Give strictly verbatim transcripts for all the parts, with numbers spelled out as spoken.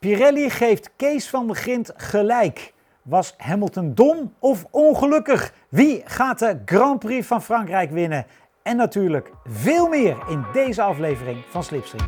Pirelli geeft Kees van der Grint gelijk. Was Hamilton dom of ongelukkig? Wie gaat de Grand Prix van Frankrijk winnen? En natuurlijk veel meer in deze aflevering van Slipstream.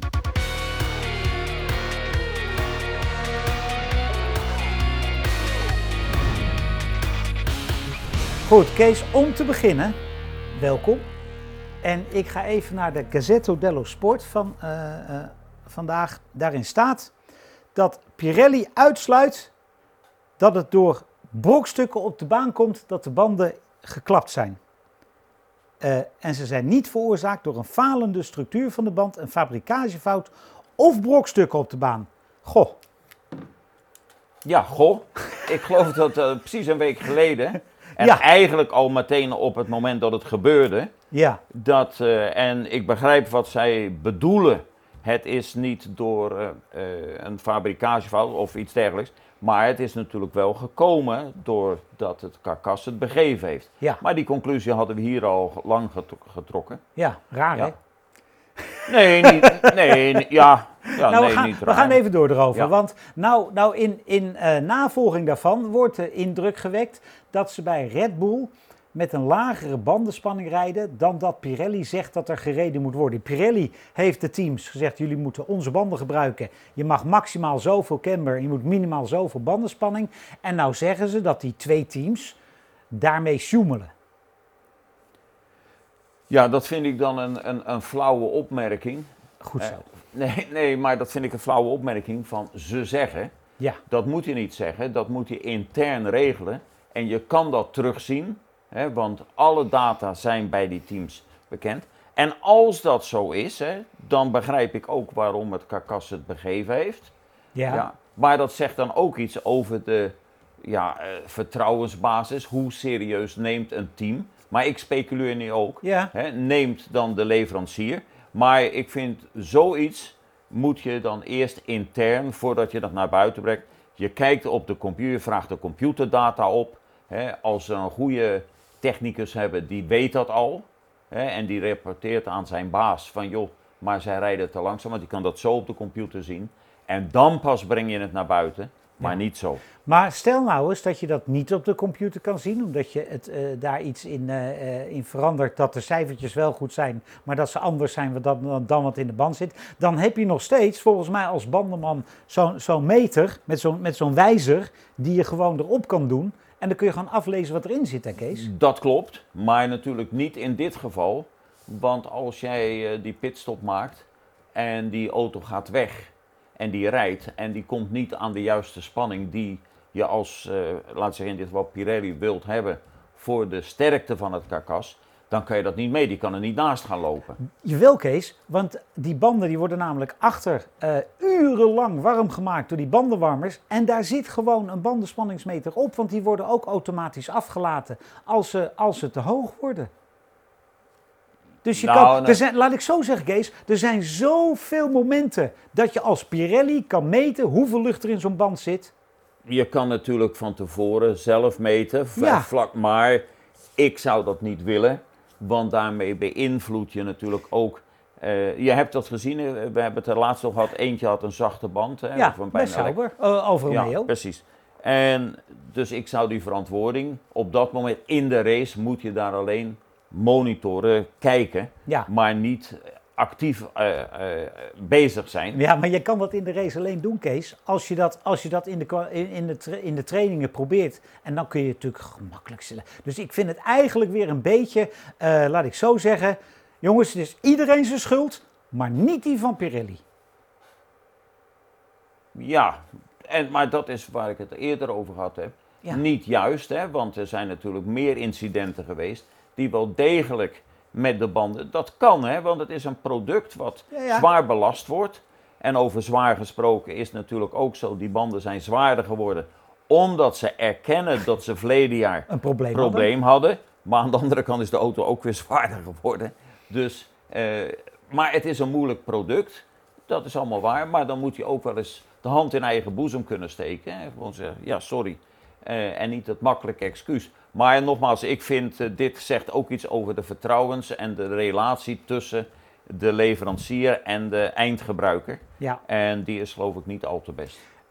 Goed, Kees, om te beginnen, welkom. En ik ga even naar de Gazzetta dello Sport van uh, uh, vandaag. Daarin staat dat Pirelli uitsluit dat het door brokstukken op de baan komt dat de banden geklapt zijn. Uh, en ze zijn niet veroorzaakt door een falende structuur van de band, een fabrikagefout of brokstukken op de baan. Goh. Ja, goh. Ik geloof dat uh, precies een week geleden. En ja. eigenlijk al meteen op het moment dat het gebeurde. Ja. Dat, uh, en ik begrijp wat zij bedoelen. Het is niet door uh, uh, een fabrikagefout of iets dergelijks. Maar het is natuurlijk wel gekomen doordat het karkas het begeven heeft. Ja. Maar die conclusie hadden we hier al lang getrokken. Ja, raar ja. hè? Nee, niet, nee, ja, ja nou, nee, we gaan, niet raar. We gaan even door erover, ja. want nou, nou in, in uh, navolging daarvan wordt de indruk gewekt dat ze bij Red Bull met een lagere bandenspanning rijden dan dat Pirelli zegt dat er gereden moet worden. Pirelli heeft de teams gezegd, jullie moeten onze banden gebruiken. Je mag maximaal zoveel camber, je moet minimaal zoveel bandenspanning. En nou zeggen ze dat die twee teams daarmee sjoemelen. Ja, dat vind ik dan een, een, een flauwe opmerking. Goed zo. Eh, nee, nee, maar dat vind ik een flauwe opmerking van ze zeggen. Ja. Dat moet je niet zeggen, dat moet je intern regelen. En je kan dat terugzien, hè, want alle data zijn bij die teams bekend. En als dat zo is, hè, dan begrijp ik ook waarom het karkas het begeven heeft. Ja. Ja, maar dat zegt dan ook iets over de ja, uh, vertrouwensbasis. Hoe serieus neemt een team? Maar ik speculeer nu ook. Ja. Hè, neemt dan de leverancier. Maar ik vind zoiets moet je dan eerst intern, voordat je dat naar buiten brengt. Je kijkt op de computer, je vraagt de computerdata op. Hè, als ze een goede technicus hebben, die weet dat al. Hè, en die rapporteert aan zijn baas van joh, maar zij rijden te langzaam. Want die kan dat zo op de computer zien. En dan pas breng je het naar buiten. Maar ja. niet zo. Maar stel nou eens dat je dat niet op de computer kan zien, omdat je het, uh, daar iets in, uh, in verandert, dat de cijfertjes wel goed zijn, maar dat ze anders zijn dan, dan, dan wat in de band zit. Dan heb je nog steeds, volgens mij als bandenman, zo'n zo'n meter met zo'n met zo'n wijzer die je gewoon erop kan doen. En dan kun je gewoon aflezen wat erin zit, hè Kees? Dat klopt, maar natuurlijk niet in dit geval. Want als jij uh, die pitstop maakt en die auto gaat weg en die rijdt en die komt niet aan de juiste spanning die je als, uh, laat zeggen in dit geval Pirelli, wilt hebben voor de sterkte van het karkas, dan kan je dat niet mee. Die kan er niet naast gaan lopen. Jawel Kees, want die banden die worden namelijk achter uh, urenlang warm gemaakt door die bandenwarmers. En daar zit gewoon een bandenspanningsmeter op, want die worden ook automatisch afgelaten als ze, als ze te hoog worden. Dus je nou, kan, nou, er zijn, laat ik zo zeggen Kees, er zijn zoveel momenten dat je als Pirelli kan meten hoeveel lucht er in zo'n band zit. Je kan natuurlijk van tevoren zelf meten, ja. vlak, maar ik zou dat niet willen. Want daarmee beïnvloed je natuurlijk ook. Uh, je hebt dat gezien, we hebben het er laatst nog gehad. Eentje had een zachte band. Hè, ja, of een bij Sauber, uh, Alfa Romeo. Ja, precies. En dus ik zou die verantwoording op dat moment in de race moet je daar alleen monitoren, kijken. Ja. Maar niet actief uh, uh, bezig zijn. Ja, maar je kan dat in de race alleen doen, Kees, als je dat, als je dat in, de, in, de tra- in de trainingen probeert. En dan kun je natuurlijk gemakkelijk stellen. Dus ik vind het eigenlijk weer een beetje, uh, laat ik zo zeggen, jongens, het is iedereen zijn schuld, maar niet die van Pirelli. Ja, en, maar dat is waar ik het eerder over gehad heb. Ja. Niet juist, hè, want er zijn natuurlijk meer incidenten geweest die wel degelijk met de banden, dat kan hè, want het is een product wat ja, ja. zwaar belast wordt. En over zwaar gesproken is natuurlijk ook zo, die banden zijn zwaarder geworden. Omdat ze erkennen dat ze verleden jaar een probleem, probleem hadden. hadden. Maar aan de andere kant is de auto ook weer zwaarder geworden. Dus, uh, maar het is een moeilijk product, dat is allemaal waar. Maar dan moet je ook wel eens de hand in eigen boezem kunnen steken. Hè. Gewoon zeggen, ja sorry. Uh, en niet het makkelijke excuus. Maar nogmaals, ik vind uh, dit zegt ook iets over de vertrouwens en de relatie tussen de leverancier en de eindgebruiker. Ja. En die is geloof ik niet al te best.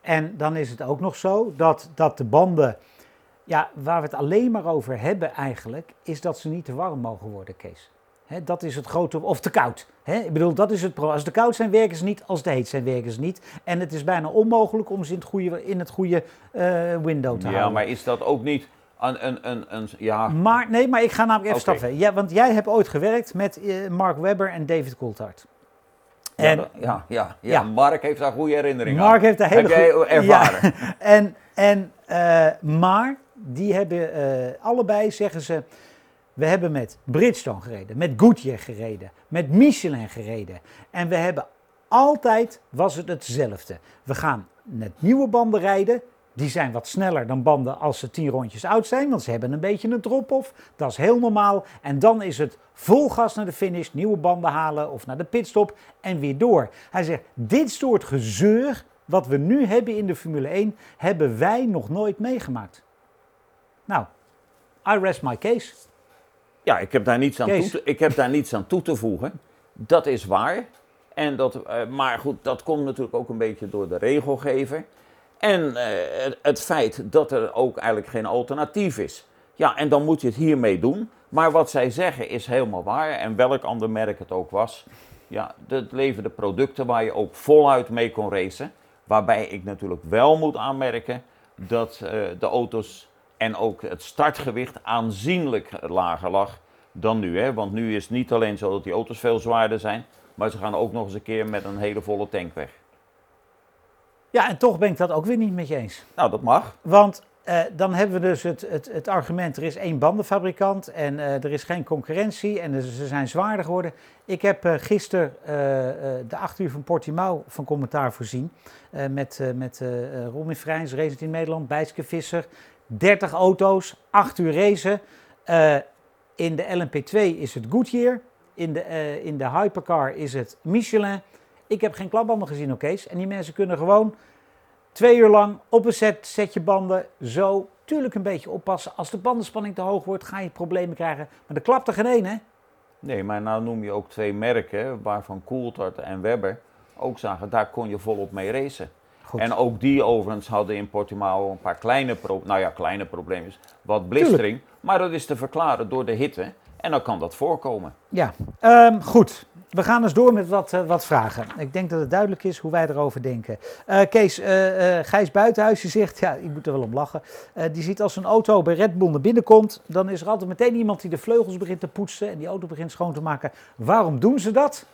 En dan is het ook nog zo dat, dat de banden, ja, waar we het alleen maar over hebben eigenlijk, is dat ze niet te warm mogen worden, Kees. He, dat is het grote, of te koud. He, ik bedoel, dat is het probleem. Als ze te koud zijn, werken ze niet. Als ze te heet zijn, werken ze niet. En het is bijna onmogelijk om ze in het goede, in het goede uh, window te ja, houden. Ja, maar is dat ook niet een, een, een, een ja... Maar, nee, maar ik ga namelijk even Okay. stappen. Ja, want jij hebt ooit gewerkt met uh, Mark Webber en David Coulthard. Ja, en, dat, ja, ja, ja, ja, Mark heeft daar goede herinneringen Mark aan. heeft daar hele heb goede... jij ervaren. Ja, en, en, uh, maar die hebben uh, allebei, zeggen ze... We hebben met Bridgestone gereden, met Goodyear gereden, met Michelin gereden. En we hebben altijd, was het hetzelfde. We gaan met nieuwe banden rijden. Die zijn wat sneller dan banden als ze tien rondjes oud zijn, want ze hebben een beetje een drop-off. Dat is heel normaal. En dan is het vol gas naar de finish, nieuwe banden halen of naar de pitstop en weer door. Hij zegt, dit soort gezeur wat we nu hebben in de Formule één, hebben wij nog nooit meegemaakt. Nou, I rest my case. Ja, ik heb, daar niets aan toe te, ik heb daar niets aan toe te voegen. Dat is waar. En dat, uh, maar goed, dat komt natuurlijk ook een beetje door de regelgever. En uh, het, het feit dat er ook eigenlijk geen alternatief is. Ja, en dan moet je het hiermee doen. Maar wat zij zeggen is helemaal waar. En welk ander merk het ook was. Ja, het leverde producten waar je ook voluit mee kon racen. Waarbij ik natuurlijk wel moet aanmerken dat uh, de auto's... En ook het startgewicht aanzienlijk lager lag dan nu. Hè? Want nu is het niet alleen zo dat die auto's veel zwaarder zijn. Maar ze gaan ook nog eens een keer met een hele volle tank weg. Ja, en toch ben ik dat ook weer niet met je eens. Nou, dat mag. Want uh, dan hebben we dus het, het, het argument, er is één bandenfabrikant en uh, er is geen concurrentie en ze zijn zwaarder geworden. Ik heb uh, gisteren uh, uh, de acht uur van Portimao van commentaar voorzien. Uh, met uh, met uh, Ronnie Vrijns, Racing Team Nederland, Bijtske Visser. dertig auto's, acht uur racen. Uh, in de L M P twee is het Goodyear. In de, uh, in de Hypercar is het Michelin. Ik heb geen klapbanden gezien, oké. En die mensen kunnen gewoon twee uur lang op een set, setje banden zo tuurlijk een beetje oppassen. Als de bandenspanning te hoog wordt, ga je problemen krijgen. Maar er klapt er geen één, hè? Nee, maar nou noem je ook twee merken, waarvan Coulthard en Webber ook zagen, daar kon je volop mee racen. Goed. En ook die overigens hadden in Portimao een paar kleine, pro- nou ja, kleine problemen, wat blistering. Tuurlijk. Maar dat is te verklaren door de hitte en dan kan dat voorkomen. Ja, um, goed. We gaan dus door met wat, uh, wat vragen. Ik denk dat het duidelijk is hoe wij erover denken. Uh, Kees, uh, uh, Gijs Buitenhuis, die zegt, ja, ik moet er wel om lachen. Uh, die ziet als een auto bij Red Bull naar binnen komt, dan is er altijd meteen iemand die de vleugels begint te poetsen en die auto begint schoon te maken. Waarom doen ze dat?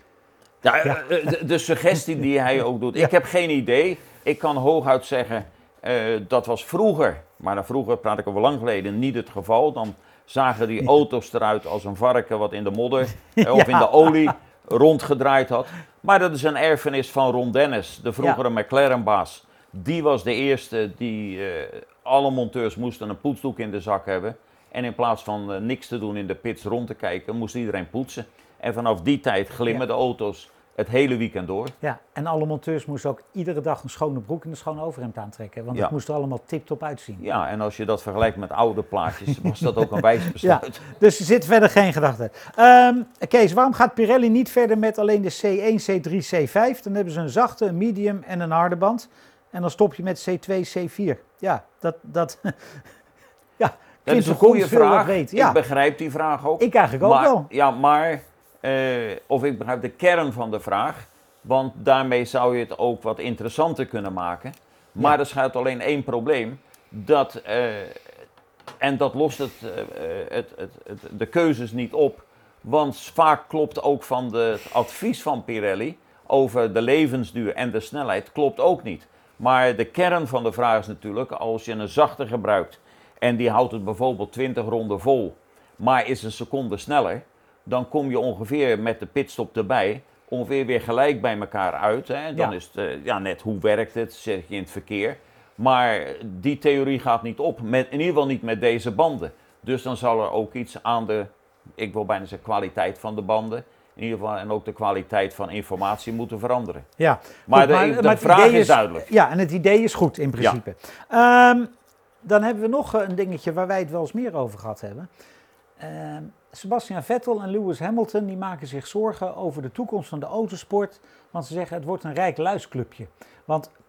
Ja, ja. De, de suggestie die hij ook doet. Ja. Ik heb geen idee. Ik kan hooguit zeggen, uh, dat was vroeger, maar dan vroeger praat ik over lang geleden, niet het geval. Dan zagen die auto's eruit als een varken wat in de modder uh, of ja. in de olie rondgedraaid had. Maar dat is een erfenis van Ron Dennis, de vroegere ja. McLaren-baas. Die was de eerste die, uh, alle monteurs moesten een poetsdoek in de zak hebben. En in plaats van uh, niks te doen in de pits rond te kijken, moest iedereen poetsen. En vanaf die tijd glimmen ja. de auto's het hele weekend door. Ja, en alle monteurs moesten ook iedere dag een schone broek en een schone overhemd aantrekken. Want ja. het moest er allemaal tip-top uitzien. Ja, en als je dat vergelijkt met oude plaatjes, was dat ook een wijs besluit. Ja, dus er zit verder geen gedachte. Um, Kees, waarom gaat Pirelli niet verder met alleen de C één, C drie, C vijf? Dan hebben ze een zachte, een medium en een harde band. En dan stop je met C twee, C vier. Ja, dat... dat ja, dat is een goede vraag. Weet. Ja. Ik begrijp die vraag ook. Ik eigenlijk maar, ook wel. Ja, maar... Uh, of ik begrijp de kern van de vraag, want daarmee zou je het ook wat interessanter kunnen maken. Maar ja. er schuilt alleen één probleem, dat, uh, en dat lost het, uh, het, het, het, de keuzes niet op. Want vaak klopt ook van de, het advies van Pirelli over de levensduur en de snelheid, klopt ook niet. Maar de kern van de vraag is natuurlijk, als je een zachte gebruikt en die houdt het bijvoorbeeld twintig ronden vol, maar is een seconde sneller, dan kom je ongeveer met de pitstop erbij ongeveer weer gelijk bij elkaar uit. Hè? Dan ja. is het uh, ja, net hoe werkt het, zeg je in het verkeer. Maar die theorie gaat niet op, met, in ieder geval niet met deze banden. Dus dan zal er ook iets aan de, ik wil bijna zeggen, kwaliteit van de banden, in ieder geval, en ook de kwaliteit van informatie moeten veranderen. Ja, maar goed, de, maar, de maar vraag is, is duidelijk. Ja, en het idee is goed in principe. Ja. Um, dan hebben we nog een dingetje waar wij het wel eens meer over gehad hebben. Uh, Sebastian Vettel en Lewis Hamilton die maken zich zorgen over de toekomst van de autosport. Want ze zeggen het wordt een rijk luisclubje. Want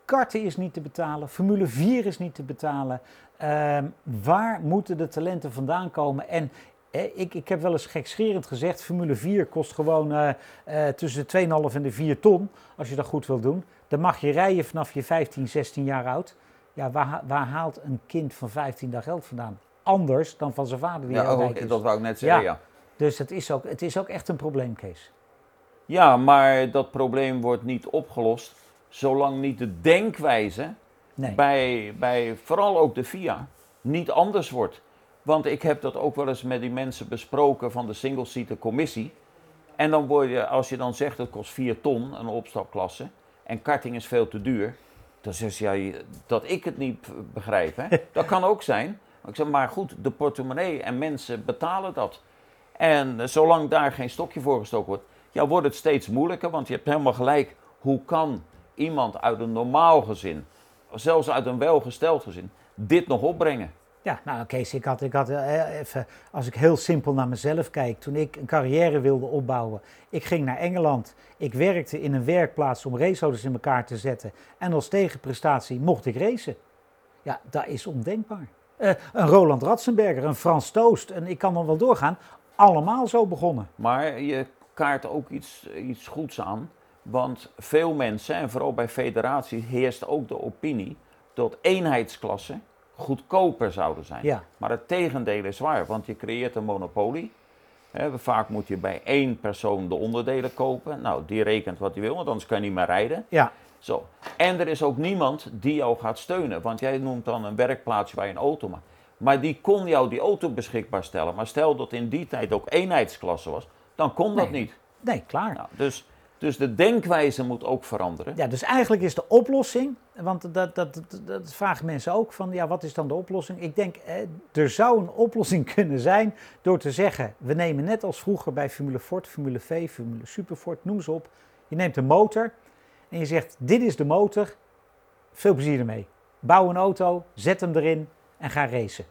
karten is niet te betalen, Formule vier is niet te betalen. Uh, waar moeten de talenten vandaan komen? En eh, ik, ik heb wel eens gekscherend gezegd, Formule vier kost gewoon uh, uh, tussen de twee komma vijf en de vier ton, als je dat goed wil doen. Dan mag je rijden vanaf je vijftien, zestien jaar oud. Ja, waar, waar haalt een kind van vijftien daar geld vandaan? Anders dan van zijn vader die ja, heel ook, rijk is. dat wou ik net zeggen, ja. ja. Dus het is, ook, het is ook echt een probleem, Kees. Ja, maar dat probleem wordt niet opgelost zolang niet de denkwijze nee. bij, bij vooral ook de F I A niet anders wordt. Want ik heb dat ook wel eens met die mensen besproken van de single-seater commissie. En dan word je, als je dan zegt het kost vier ton, een opstapklasse, en karting is veel te duur, dan zeg je ja, dat ik het niet begrijp. Hè? Dat kan ook zijn. Ik zeg, maar goed, de portemonnee en mensen betalen dat. En uh, zolang daar geen stokje voor gestoken wordt, ja, wordt het steeds moeilijker. Want je hebt helemaal gelijk. Hoe kan iemand uit een normaal gezin, zelfs uit een welgesteld gezin, dit nog opbrengen? Ja, nou Kees, ik had, ik had uh, even, als ik heel simpel naar mezelf kijk, toen ik een carrière wilde opbouwen, ik ging naar Engeland, ik werkte in een werkplaats om raceauto's in elkaar te zetten en als tegenprestatie mocht ik racen. Ja, dat is ondenkbaar. Uh, een Roland Ratzenberger, een Frans Toost, en ik kan dan wel doorgaan, allemaal zo begonnen. Maar je kaart ook iets, iets goeds aan, want veel mensen, en vooral bij federaties, heerst ook de opinie dat eenheidsklassen goedkoper zouden zijn. Ja. Maar het tegendeel is waar, want je creëert een monopolie. He, vaak moet je bij één persoon de onderdelen kopen. Nou, die rekent wat hij wil, want anders kan je niet meer rijden. Ja. Zo. En er is ook niemand die jou gaat steunen, want jij noemt dan een werkplaatsje waar je een auto maakt. Maar die kon jou die auto beschikbaar stellen. Maar stel dat in die tijd ook eenheidsklasse was, dan kon dat nee. niet. Nee, klaar. Nou, dus, dus de denkwijze moet ook veranderen. Ja, dus eigenlijk is de oplossing, want dat, dat, dat, dat vragen mensen ook van, ja, wat is dan de oplossing? Ik denk, eh, er zou een oplossing kunnen zijn door te zeggen, we nemen net als vroeger bij Formule Ford, Formule V, Formule Superford, noem ze op. Je neemt een motor en je zegt, dit is de motor, veel plezier ermee. Bouw een auto, zet hem erin en ga racen.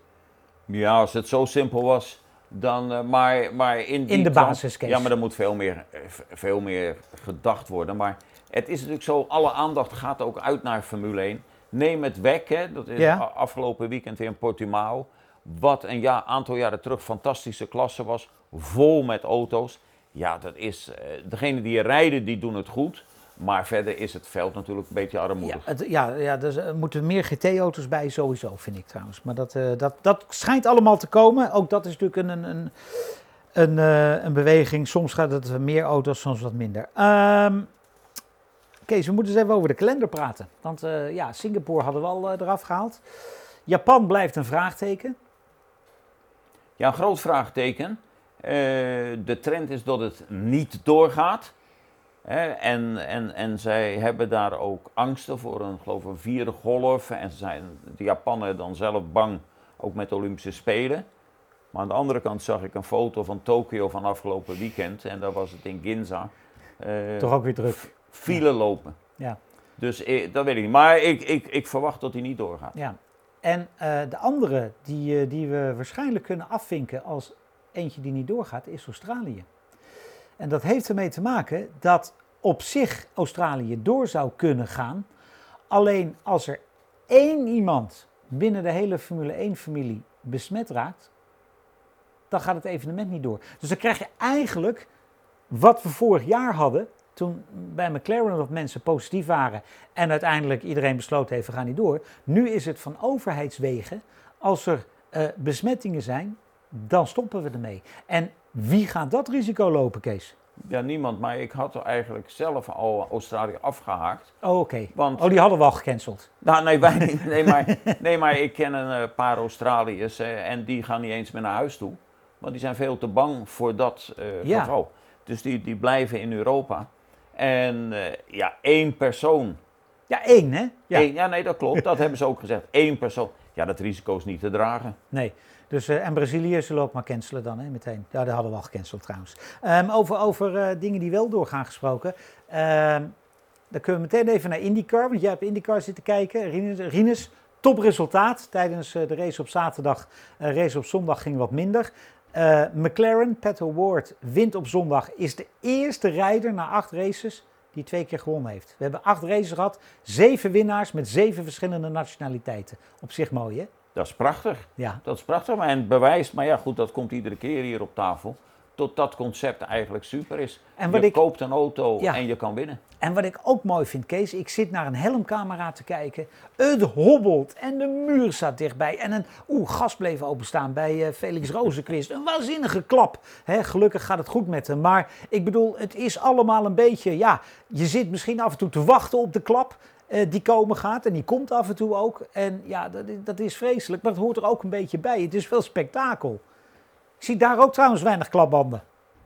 Ja, als het zo simpel was, dan, uh, maar, maar in die In de basiscase. Ja, maar er moet veel meer, veel meer gedacht worden. Maar het is natuurlijk zo, alle aandacht gaat ook uit naar Formule één. Neem het W E C, hè, dat is ja. afgelopen weekend weer in Portimao. Wat een ja, aantal jaren terug fantastische klasse was, vol met auto's. Ja, dat is, uh, degenen die er rijden, die doen het goed. Maar verder is het veld natuurlijk een beetje armoedig. Ja, het, ja, ja dus er moeten meer G T-auto's bij sowieso, vind ik trouwens. Maar dat, uh, dat, dat schijnt allemaal te komen. Ook dat is natuurlijk een, een, een, uh, een beweging. Soms gaat het meer auto's, soms wat minder. Um, Kees, we moeten eens even over de kalender praten. Want uh, ja, Singapore hadden we al uh, eraf gehaald. Japan blijft een vraagteken. Ja, een groot vraagteken. Uh, de trend is dat het niet doorgaat. He, en, en, en zij hebben daar ook angsten voor een, geloof ik, een vierde golf. En zijn de Japanen dan zelf bang, ook met de Olympische Spelen. Maar aan de andere kant zag ik een foto van Tokio van afgelopen weekend. En daar was het in Ginza. Uh, Toch ook weer druk. File ja. lopen. Ja. Dus ik, dat weet ik niet. Maar ik, ik, ik verwacht dat hij niet doorgaat. Ja. En uh, de andere die, uh, die we waarschijnlijk kunnen afvinken als eentje die niet doorgaat, is Australië. En dat heeft ermee te maken dat op zich Australië door zou kunnen gaan. Alleen als er één iemand binnen de hele Formule één-familie besmet raakt, dan gaat het evenement niet door. Dus dan krijg je eigenlijk wat we vorig jaar hadden, toen bij McLaren nog mensen positief waren en uiteindelijk iedereen besloten heeft, we gaan niet door. Nu is het van overheidswegen, als er uh, besmettingen zijn, dan stoppen we ermee. En wie gaat dat risico lopen, Kees? Ja, niemand, maar ik had er eigenlijk zelf al Australië afgehaakt. Oh, oké. Okay. Oh, die hadden we al gecanceld. Nou, nee, wij niet. Nee, maar, nee, maar ik ken een uh, paar Australiërs uh, en die gaan niet eens meer naar huis toe. Want die zijn veel te bang voor dat uh, ja. geval. Dus die, die blijven in Europa. En uh, ja, één persoon. Ja, één hè? Ja, Eén, ja nee, dat klopt. Dat hebben ze ook gezegd. Eén persoon. Ja, dat risico is niet te dragen. Nee. Dus, uh, en Brazilië zullen ook maar cancelen dan, hè, meteen. Ja, dat hadden we al gecanceld trouwens. Um, over over uh, dingen die wel doorgaan gesproken. Um, dan kunnen we meteen even naar IndyCar, want jij hebt IndyCar zitten kijken. Rinus, Rinus top resultaat tijdens uh, de race op zaterdag. Uh, race op zondag ging wat minder. Uh, McLaren, Pato Ward, wint op zondag. Is de eerste rijder na acht races die twee keer gewonnen heeft. We hebben acht races gehad, zeven winnaars met zeven verschillende nationaliteiten. Op zich mooi, hè? Dat is prachtig. Ja. Dat is prachtig. Maar en het bewijst, maar ja goed, dat komt iedere keer hier op tafel. Tot dat concept eigenlijk super is. En wat je ik, koopt een auto ja. en je kan winnen. En wat ik ook mooi vind, Kees, ik zit naar een helmcamera te kijken. Het hobbelt en de muur staat dichtbij. En een oeh, gas bleef openstaan bij uh, Felix Rozenquist. Een waanzinnige klap. Hè, gelukkig gaat het goed met hem. Maar ik bedoel, het is allemaal een beetje, ja, je zit misschien af en toe te wachten op de klap. Uh, die komen gaat en die komt af en toe ook. En ja, dat, dat is vreselijk, maar het hoort er ook een beetje bij. Het is wel spektakel. Ik zie daar ook trouwens weinig klapbanden.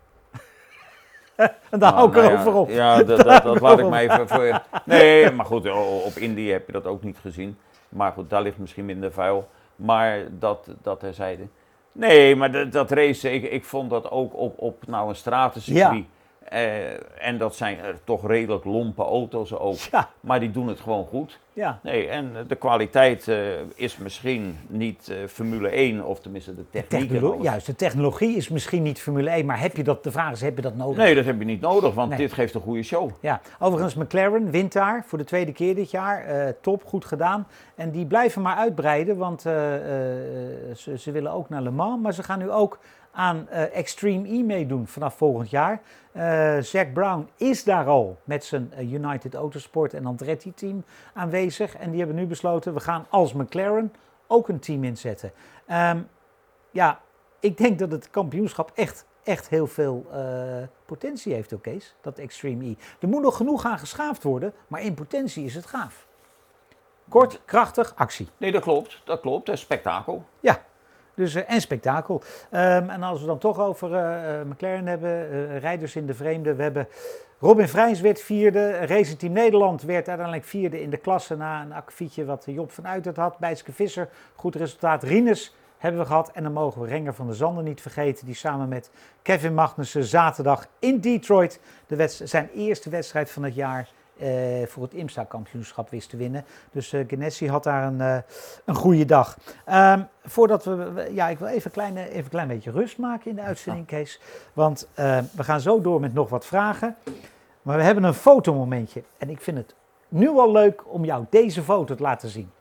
En daar hou ik nou, erover ja, op. Ja, dat, dat, dat laat ik mij even voor je. Nee, maar goed, op Indy heb je dat ook niet gezien. Maar goed, daar ligt misschien minder vuil. Maar dat, dat terzijde. Nee, maar dat, dat race, ik, ik vond dat ook op, op nou, een stratencircuit. Ja. Eh, en dat zijn er toch redelijk lompe auto's ook. Ja. Maar die doen het gewoon goed. Ja. Nee, en de kwaliteit uh, is misschien niet uh, Formule één, of tenminste de techniek. De technolo- juist, de technologie is misschien niet Formule één, maar heb je dat, de vraag is, heb je dat nodig? Nee, dat heb je niet nodig, want Nee. dit geeft een goede show. Ja, overigens McLaren wint daar voor de tweede keer dit jaar. Uh, top, goed gedaan. En die blijven maar uitbreiden, want uh, uh, ze, ze willen ook naar Le Mans, maar ze gaan nu ook aan uh, Extreme E meedoen vanaf volgend jaar. Uh, Zac Brown is daar al met zijn uh, United Autosport en Andretti team aanwezig. En die hebben nu besloten, we gaan als McLaren ook een team inzetten. Um, ja, ik denk dat het kampioenschap echt, echt heel veel uh, potentie heeft ook, Kees, dat Extreme E. Er moet nog genoeg aan geschaafd worden, maar in potentie is het gaaf. Kort, krachtig, actie. Nee, dat klopt, dat klopt. Dat is spektakel. Ja. Dus, uh, en spektakel. Um, en als we dan toch over uh, uh, McLaren hebben, uh, rijders in de vreemde. We hebben Robin Freins werd vierde. Racing Team Nederland werd uiteindelijk vierde in de klasse na een akkefietje wat Job van Uitert had. Bijtske Visser, goed resultaat. Rinus hebben we gehad. En dan mogen we Renger van der Zanden niet vergeten. Die samen met Kevin Magnussen zaterdag in Detroit de wedst- zijn eerste wedstrijd van het jaar Uh, voor het IMSA-kampioenschap wist te winnen. Dus uh, Ganassi had daar een, uh, een goede dag. Um, voordat we, ja, ik wil even een, kleine, even een klein beetje rust maken in de uitzending, Kees. Want uh, we gaan zo door met nog wat vragen. Maar we hebben een fotomomentje. En ik vind het nu al leuk om jou deze foto te laten zien.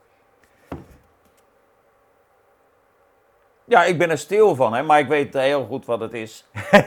Ja, ik ben er stil van, hè, maar ik weet heel goed wat het is.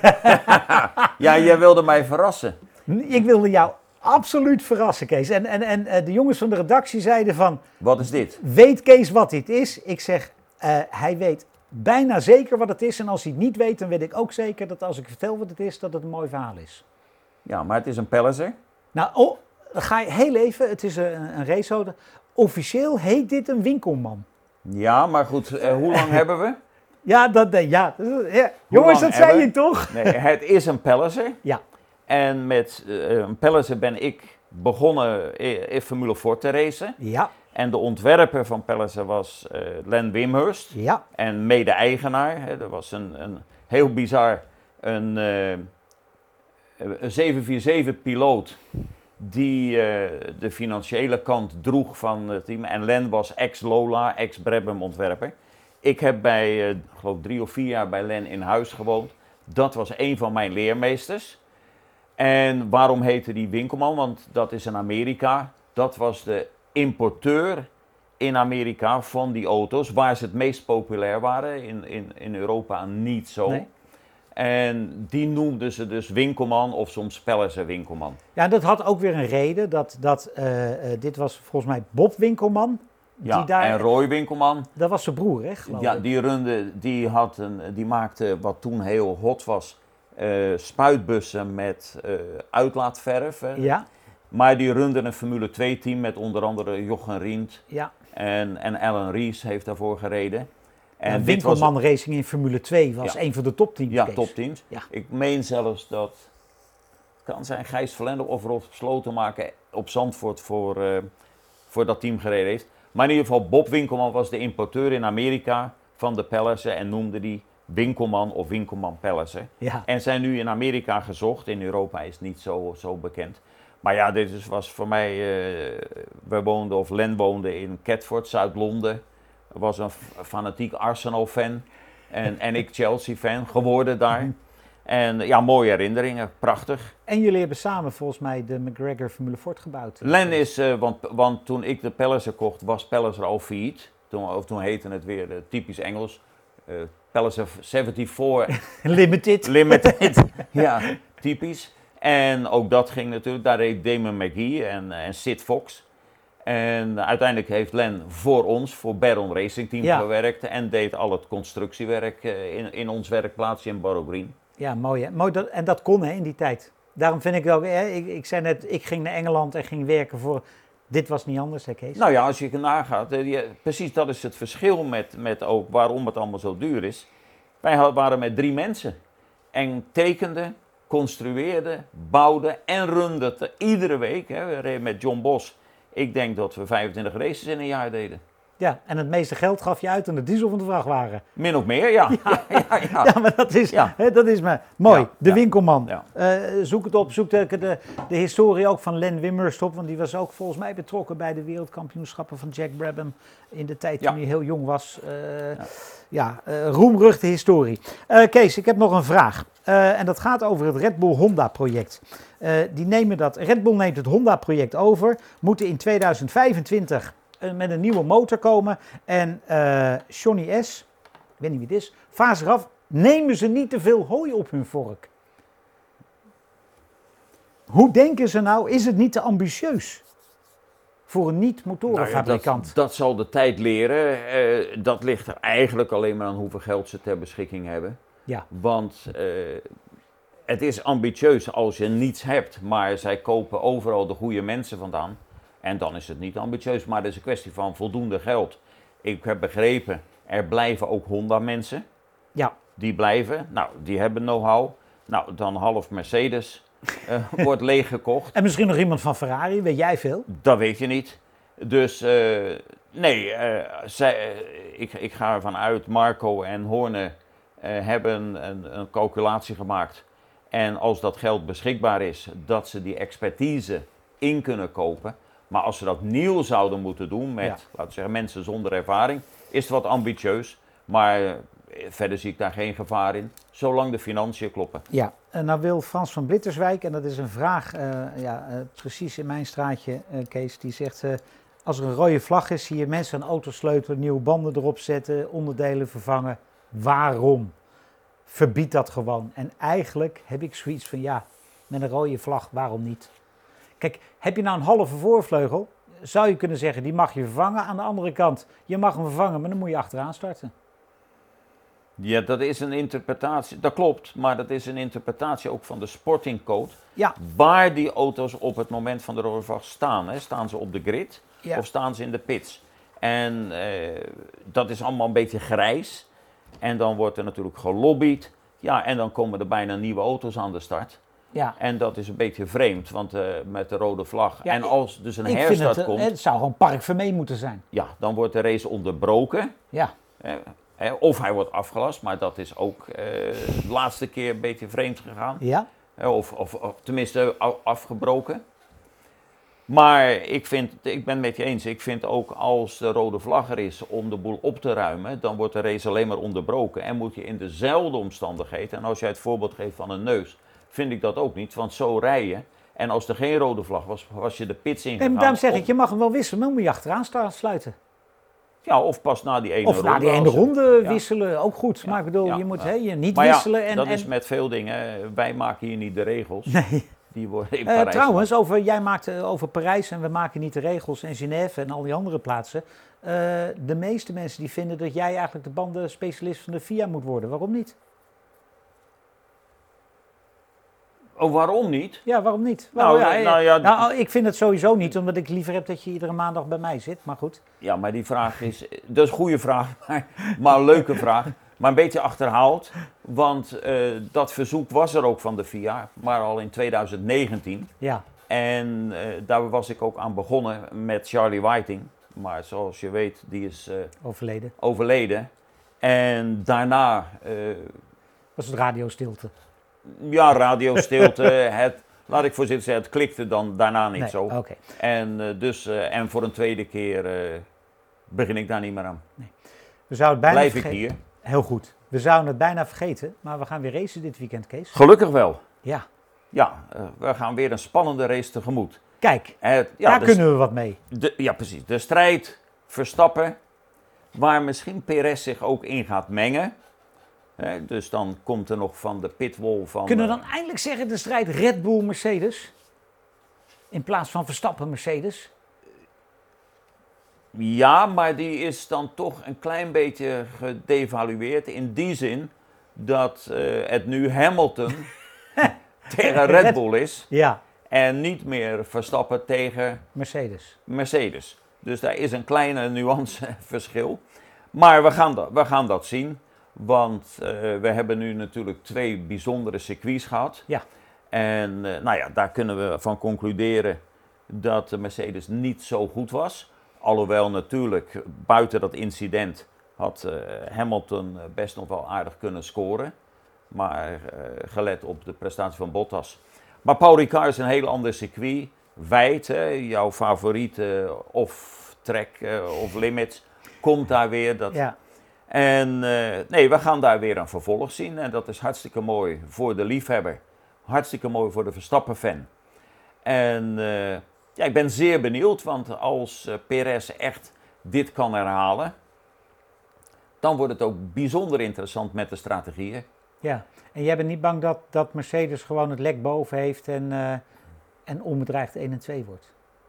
Ja, jij wilde mij verrassen. Ik wilde jou absoluut verrassen, Kees. En, en, en de jongens van de redactie zeiden van... Wat is dit? Weet Kees wat dit is? Ik zeg, uh, hij weet bijna zeker wat het is. En als hij het niet weet, dan weet ik ook zeker dat als ik vertel wat het is, dat het een mooi verhaal is. Ja, maar het is een Palliser. Nou, oh, dan ga je heel even. Het is een, een raceauto. Officieel heet dit een winkelman. Ja, maar goed, uh, hoe lang hebben we? Ja, dat, uh, ja, ja. Jongens, dat zei je toch? Nee, het is een Palliser. Ja. En met uh, een Palliser ben ik begonnen in, in Formule vier te racen. Ja. En de ontwerper van Palliser was uh, Len Wimhurst. Ja. En mede-eigenaar. Hè, dat was een, een heel bizar, een, uh, een zeven vier zeven piloot die uh, de financiële kant droeg van het team. En Len was ex-Lola, ex-Brabham ontwerper. Ik heb bij, uh, geloof drie of vier jaar bij Len in huis gewoond. Dat was een van mijn leermeesters. En waarom heette die winkelman? Want dat is in Amerika. Dat was de importeur in Amerika van die auto's, waar ze het meest populair waren. In, in, in Europa niet zo. Nee. En die noemden ze dus winkelman of soms Palliser winkelman. Ja, dat had ook weer een reden. Dat, dat, uh, uh, dit was volgens mij Bob Winkelman. Die ja, daar, en Roy Winkelman. Dat was zijn broer, hè, geloof ja, ik. die runde, die, had een, die maakte wat toen heel hot was. Uh, spuitbussen met uh, uitlaatverf. Hè. Ja. Maar die runde een Formule twee team met onder andere Jochen Rindt. Ja. En, en Alan Rees heeft daarvoor gereden. En ja, Winkelman was, Racing in Formule twee was ja. een van de topteams. Ja, topteams. Ja. Ik meen zelfs dat, kan zijn Gijs Verlender of Rolf Slotenmaker op Zandvoort voor, uh, voor dat team gereden heeft. Maar in ieder geval, Bob Winkelman was de importeur in Amerika van de Palliser en noemde die Winkelman of Winkelman Palliser. Ja. En zijn nu in Amerika gezocht. In Europa is het niet zo, zo bekend. Maar ja, dit was voor mij, uh, we woonden, of Len woonde in Catford, Zuid-Londen. Was een fanatiek Arsenal-fan en, en ik Chelsea-fan geworden daar. En ja, mooie herinneringen, prachtig. En jullie hebben samen volgens mij de McGregor Formule Ford gebouwd. Len is, uh, want, want toen ik de Palliser kocht, was Palliser al failliet. Toen, of toen heette het weer uh, typisch Engels. Uh, Palliser zevenenzeventig Limited. Limited, ja, typisch. En ook dat ging natuurlijk, daar reed Damon McGee en, en Sid Fox. En uiteindelijk heeft Len voor ons, voor Baron Racing Team ja. gewerkt en deed al het constructiewerk uh, in, in ons werkplaatsje in Borough Green. Ja, mooi hè. Mooi dat, en dat kon hè, in die tijd. Daarom vind ik ook, hè, ik, ik zei net, ik ging naar Engeland en ging werken voor, dit was niet anders hè Kees? Nou ja, als je nagaat, uh, precies dat is het verschil met, met ook waarom het allemaal zo duur is. Wij waren met drie mensen en tekenden, construeerden, bouwden en runden iedere week. Hè. We reden met John Bos. Ik denk dat we vijfentwintig races in een jaar deden. Ja, en het meeste geld gaf je uit aan de diesel van de vrachtwagen. Min of meer, ja. Ja, ja, ja, ja. ja maar dat is, ja. hè, dat is maar mooi. Ja, de ja. winkelman. Ja. Uh, zoek het op, zoek de, de, de historie ook van Len Wimmerst op. Want die was ook volgens mij betrokken bij de wereldkampioenschappen van Jack Brabham. In de tijd ja. toen hij heel jong was. Uh, ja, ja uh, roemruchte historie. Uh, Kees, ik heb nog een vraag. Uh, en dat gaat over het Red Bull Honda project. Uh, die nemen dat, Red Bull neemt het Honda project over. Moeten in tweeduizend vijfentwintig uh, met een nieuwe motor komen. En uh, Johnny S., ik weet niet wie het is, vaas eraf. Nemen ze niet te veel hooi op hun vork? Hoe denken ze nou, is het niet te ambitieus? Voor een niet-motorenfabrikant. Nou ja, dat, dat zal de tijd leren. Uh, dat ligt er eigenlijk alleen maar aan hoeveel geld ze ter beschikking hebben. Ja. Want uh, het is ambitieus als je niets hebt, maar zij kopen overal de goede mensen vandaan. En dan is het niet ambitieus, maar het is een kwestie van voldoende geld. Ik heb begrepen, er blijven ook Honda-mensen. Ja. Die blijven, nou, die hebben know-how. Nou, dan half Mercedes uh, wordt leeggekocht. En misschien nog iemand van Ferrari, weet jij veel? Dat weet je niet. Dus uh, nee, uh, zij, uh, ik, ik ga ervan uit, Marco en Horne uh, hebben een, een calculatie gemaakt. En als dat geld beschikbaar is, dat ze die expertise in kunnen kopen. Maar als ze dat nieuw zouden moeten doen met, ja. laten we zeggen, mensen zonder ervaring, is het wat ambitieus. Maar uh, verder zie ik daar geen gevaar in, zolang de financiën kloppen. Ja, en nou wil Frans van Blitterswijk, en dat is een vraag, uh, ja, uh, precies in mijn straatje, uh, Kees, die zegt, uh, als er een rode vlag is, zie je mensen een auto sleutelen, nieuwe banden erop zetten, onderdelen vervangen. Waarom? Verbied dat gewoon. En eigenlijk heb ik zoiets van, ja, met een rode vlag, waarom niet? Kijk, heb je nou een halve voorvleugel, zou je kunnen zeggen, die mag je vervangen. Aan de andere kant, je mag hem vervangen, maar dan moet je achteraan starten. Ja, dat is een interpretatie, dat klopt, maar dat is een interpretatie ook van de Sporting Code. Ja. Waar die auto's op het moment van de rode vlag staan. Hè. Staan ze op de grid ja. of staan ze in de pits? En uh, dat is allemaal een beetje grijs. En dan wordt er natuurlijk gelobbyd. Ja, en dan komen er bijna nieuwe auto's aan de start. Ja. En dat is een beetje vreemd, want uh, met de rode vlag. Ja, en als dus een ik herstart vind het, komt... Het zou gewoon Park Vermee moeten zijn. Ja, dan wordt de race onderbroken. Ja. Eh, Of hij wordt afgelast, maar dat is ook uh, de laatste keer een beetje vreemd gegaan. Ja. Of, of, of tenminste afgebroken. Maar ik, vind, ik ben het met je eens, ik vind ook als de rode vlag er is om de boel op te ruimen, dan wordt de race alleen maar onderbroken. En moet je in dezelfde omstandigheden, en als jij het voorbeeld geeft van een neus, vind ik dat ook niet, want zo rij je. En als er geen rode vlag was, was je de pits ingegaan. En daarom zeg ik, je mag hem wel wisselen, maar dan moet je achteraan staan, sluiten. Ja, of pas na die ene of ronde. Of na die ene als... ronde ja. wisselen, ook goed. Ja. Maar ik bedoel, ja, je moet ja. he, je niet maar wisselen. Ja, en, dat en... is met veel dingen. Wij maken hier niet de regels. Nee. Die worden in uh, Parijs. Trouwens, over, jij maakt uh, over Parijs en we maken niet de regels en Genève en al die andere plaatsen. Uh, de meeste mensen die vinden dat jij eigenlijk de bandenspecialist van de F I A moet worden. Waarom niet? Oh, waarom niet? Ja, waarom niet? Nou, nou, ja, nou, ja, nou, ik vind het sowieso niet, omdat ik liever heb dat je iedere maandag bij mij zit, maar goed. Ja, maar die vraag is, dat is een goede vraag, maar, maar een leuke vraag. Maar een beetje achterhaald, want uh, dat verzoek was er ook van de F I A, maar al in tweeduizend negentien. Ja. En uh, daar was ik ook aan begonnen met Charlie Whiting. Maar zoals je weet, die is uh, overleden. overleden. En daarna... Uh, was het radiostilte? Ja, radiostilte. het, laat ik voorzichtig zeggen, het klikte dan daarna niet nee, zo. Okay. En, uh, dus, uh, en voor een tweede keer uh, begin ik daar niet meer aan. Nee. We zouden bijna Blijf ik vergeten. hier. Heel goed. We We zouden het bijna vergeten, maar we gaan weer racen dit weekend, Kees. Gelukkig wel. Ja. Ja, uh, we gaan weer een spannende race tegemoet. Kijk, Het, ja, daar de, kunnen we wat mee. De, ja, precies. De strijd Verstappen, waar misschien Perez zich ook in gaat mengen. He, dus dan komt er nog van de pitwall van... Kunnen we dan eindelijk zeggen de strijd Red Bull-Mercedes? In plaats van Verstappen-Mercedes? Ja, maar die is dan toch een klein beetje gedevalueerd. In die zin dat uh, het nu Hamilton tegen Red Bull is. Ja. En niet meer Verstappen tegen Mercedes. Mercedes. Dus daar is een kleine nuanceverschil. Maar we gaan, dat, we gaan dat zien. Want uh, we hebben nu natuurlijk twee bijzondere circuits gehad. Ja. En uh, nou ja, daar kunnen we van concluderen dat de Mercedes niet zo goed was. Alhoewel natuurlijk buiten dat incident had uh, Hamilton best nog wel aardig kunnen scoren. Maar uh, gelet op de prestatie van Bottas. Maar Paul Ricard is een heel ander circuit. Wijd, hè, jouw favoriete off-track uh, of limits, komt daar weer. Dat... Ja. En uh, nee, we gaan daar weer een vervolg zien. En dat is hartstikke mooi voor de liefhebber. Hartstikke mooi voor de Verstappen-fan. En uh, ja, ik ben zeer benieuwd, want als uh, Perez echt dit kan herhalen, dan wordt het ook bijzonder interessant met de strategieën. Ja, en jij bent niet bang dat, dat Mercedes gewoon het lek boven heeft en, uh, en onbedreigd één en twee wordt?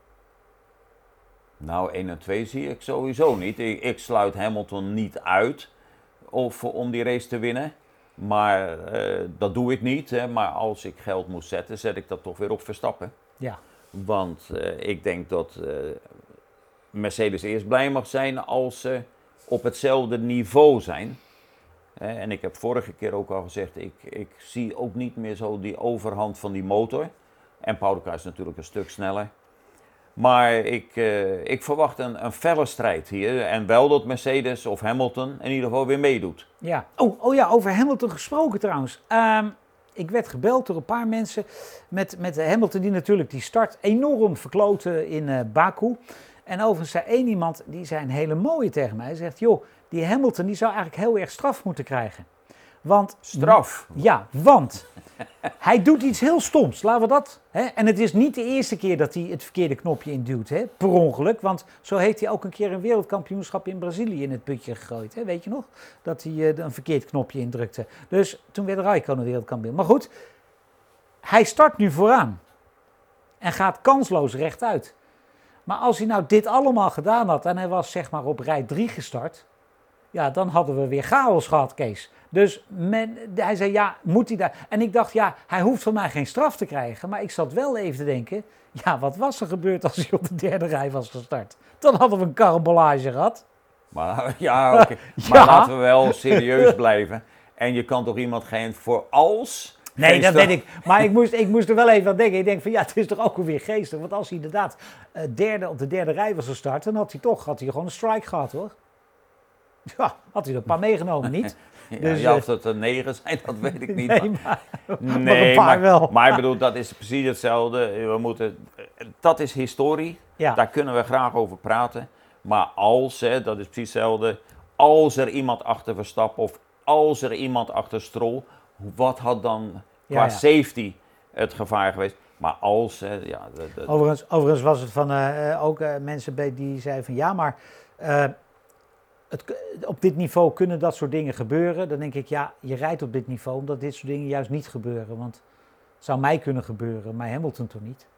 Nou, één en twee zie ik sowieso niet. Ik, ik sluit Hamilton niet uit of, om die race te winnen. Maar uh, dat doe ik niet. Hè. Maar als ik geld moet zetten, zet ik dat toch weer op Verstappen. Ja. Want uh, ik denk dat uh, Mercedes eerst blij mag zijn als ze op hetzelfde niveau zijn. Uh, en ik heb vorige keer ook al gezegd, ik, ik zie ook niet meer zo die overhand van die motor. En Paul Ricard is natuurlijk een stuk sneller. Maar ik, uh, ik verwacht een, een felle strijd hier. En wel dat Mercedes of Hamilton in ieder geval weer meedoet. Ja. Oh, oh ja, over Hamilton gesproken trouwens. Um, ik werd gebeld door een paar mensen met, met Hamilton die natuurlijk die start enorm verkloten in uh, Baku. En overigens zei één iemand, die zei een hele mooie tegen mij. Hij zegt, joh, die Hamilton die zou eigenlijk heel erg straf moeten krijgen. Want, straf? Ja, want hij doet iets heel stoms, laten we dat. Hè? En het is niet de eerste keer dat hij het verkeerde knopje induwt, hè? Per ongeluk. Want zo heeft hij ook een keer een wereldkampioenschap in Brazilië in het putje gegooid. Hè? Weet je nog? Dat hij uh, een verkeerd knopje indrukte. Dus toen werd Raikkonen wereldkampioen. Maar goed, hij start nu vooraan. En gaat kansloos rechtuit. Maar als hij nou dit allemaal gedaan had en hij was zeg maar op rij drie gestart, ja, dan hadden we weer chaos gehad, Kees. Dus men, hij zei, ja, moet hij daar? En ik dacht, ja, hij hoeft van mij geen straf te krijgen. Maar ik zat wel even te denken, ja, wat was er gebeurd als hij op de derde rij was gestart? Dan hadden we een karambolage gehad. Maar, ja, okay. maar ja. laten we wel serieus blijven. En je kan toch iemand geen voor als... Nee, dat weet ik. Maar ik moest, ik moest er wel even aan denken. Ik denk van, ja, het is toch ook weer geestig. Want als hij inderdaad uh, derde, op de derde rij was gestart, dan had hij toch had hij gewoon een strike gehad, hoor. Ja, had hij er een paar meegenomen, niet? Ja, dus, ja, of dat er negen zijn, dat weet ik niet. Nee, maar, maar, nee, maar een paar maar, wel. Maar ik bedoel, dat is precies hetzelfde. We moeten, dat is historie. Ja. Daar kunnen we graag over praten. Maar als, hè, dat is precies hetzelfde. Als er iemand achter Verstappen of als er iemand achter Stroll, wat had dan qua ja, ja. safety het gevaar geweest? Maar als, hè, ja... De, de, overigens, overigens was het van uh, ook uh, mensen bij die zeiden van ja, maar... Uh, Het, op dit niveau kunnen dat soort dingen gebeuren. Dan denk ik, ja, je rijdt op dit niveau omdat dit soort dingen juist niet gebeuren. Want het zou mij kunnen gebeuren, maar Hamilton toch niet?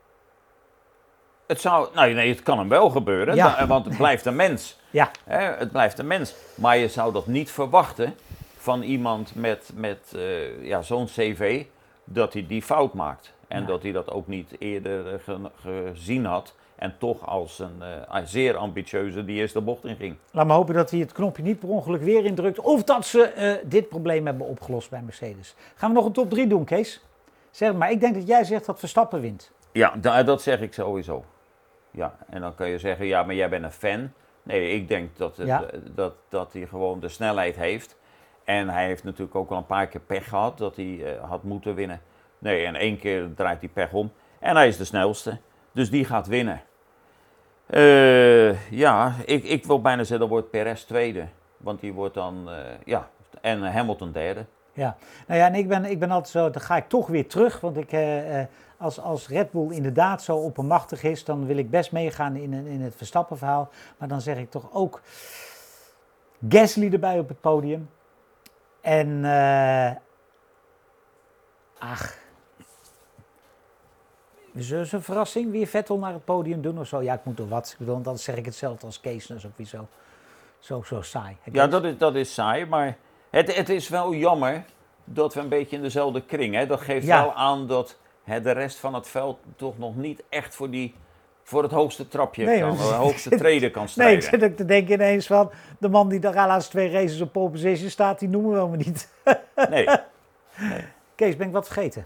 Het zou, nou nee, het kan hem wel gebeuren, ja. da, want het blijft een mens. Ja. Hè, het blijft een mens. Maar je zou dat niet verwachten van iemand met, met uh, ja, zo'n cv, dat hij die fout maakt. En ja. dat hij dat ook niet eerder uh, ge, gezien had. En toch als een uh, zeer ambitieuze die eerste bocht inging. Laat me hopen dat hij het knopje niet per ongeluk weer indrukt. Of dat ze uh, dit probleem hebben opgelost bij Mercedes. Gaan we nog een top drie doen, Kees? Zeg maar, ik denk dat jij zegt dat Verstappen wint. Ja, da- dat zeg ik sowieso. Ja, en dan kan je zeggen, ja, maar jij bent een fan. Nee, ik denk dat, het, ja. dat, dat hij gewoon de snelheid heeft. En hij heeft natuurlijk ook al een paar keer pech gehad dat hij uh, had moeten winnen. Nee, en één keer draait hij pech om. En hij is de snelste. Dus die gaat winnen. Uh, ja, ik, ik wil bijna zeggen, dan wordt Perez tweede. Want die wordt dan, uh, ja, En Hamilton derde. Ja, nou ja, en ik ben, ik ben altijd zo, dan ga ik toch weer terug, want ik, uh, uh, als, als Red Bull inderdaad zo oppermachtig is, dan wil ik best meegaan in, in het Verstappen-verhaal. Maar dan zeg ik toch ook Gasly erbij op het podium. En, uh, ach, zullen ze een verrassing weer Vettel naar het podium doen of zo? Ja, ik moet toch wat, ik bedoel, dan zeg ik hetzelfde als Kees, dat is ook weer zo, zo, zo saai. Hè, ja, dat is, dat is saai, maar het, het is wel jammer dat we een beetje in dezelfde kring, hè. Dat geeft ja. wel aan dat hè, de rest van het veld toch nog niet echt voor, die, voor het hoogste trapje, nee, kan, de hoogste treden kan strijden. Nee, ik zit ook te denken ineens van, de man die de laatste twee races op pole position staat, die noemen we wel maar niet. Nee. nee. Kees, ben ik wat vergeten?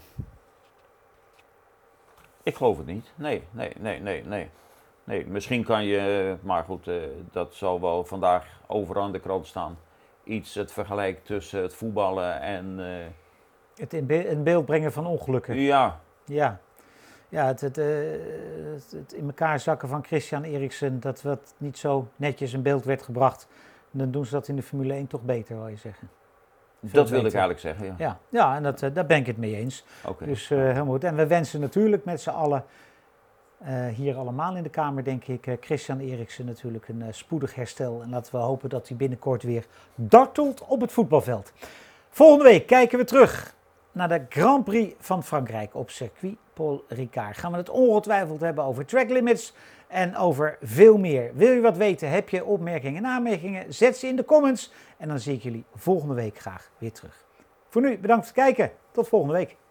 Ik geloof het niet. Nee, nee, nee, nee, nee. nee misschien kan je, maar goed, uh, dat zal wel vandaag overal in de krant staan. Iets, het vergelijk tussen het voetballen en... Uh, het in, be- in beeld brengen van ongelukken. Ja. Ja, ja het, het, uh, het, het in elkaar zakken van Christian Eriksen, dat wat niet zo netjes in beeld werd gebracht. Dan doen ze dat in de Formule één toch beter, wil je zeggen. Veel dat wil beter. Ik eigenlijk zeggen, ja. Ja, ja en dat, uh, daar ben ik het mee eens. Okay. Dus uh, helemaal goed. En we wensen natuurlijk met z'n allen, uh, hier allemaal in de Kamer denk ik, uh, Christian Eriksen natuurlijk een uh, spoedig herstel. En laten we hopen dat hij binnenkort weer dartelt op het voetbalveld. Volgende week kijken we terug naar de Grand Prix van Frankrijk op circuit Paul Ricard. Gaan we het ongetwijfeld hebben over track limits en over veel meer. Wil je wat weten? Heb je opmerkingen en aanmerkingen? Zet ze in de comments en dan zie ik jullie volgende week graag weer terug. Voor nu bedankt voor het kijken. Tot volgende week.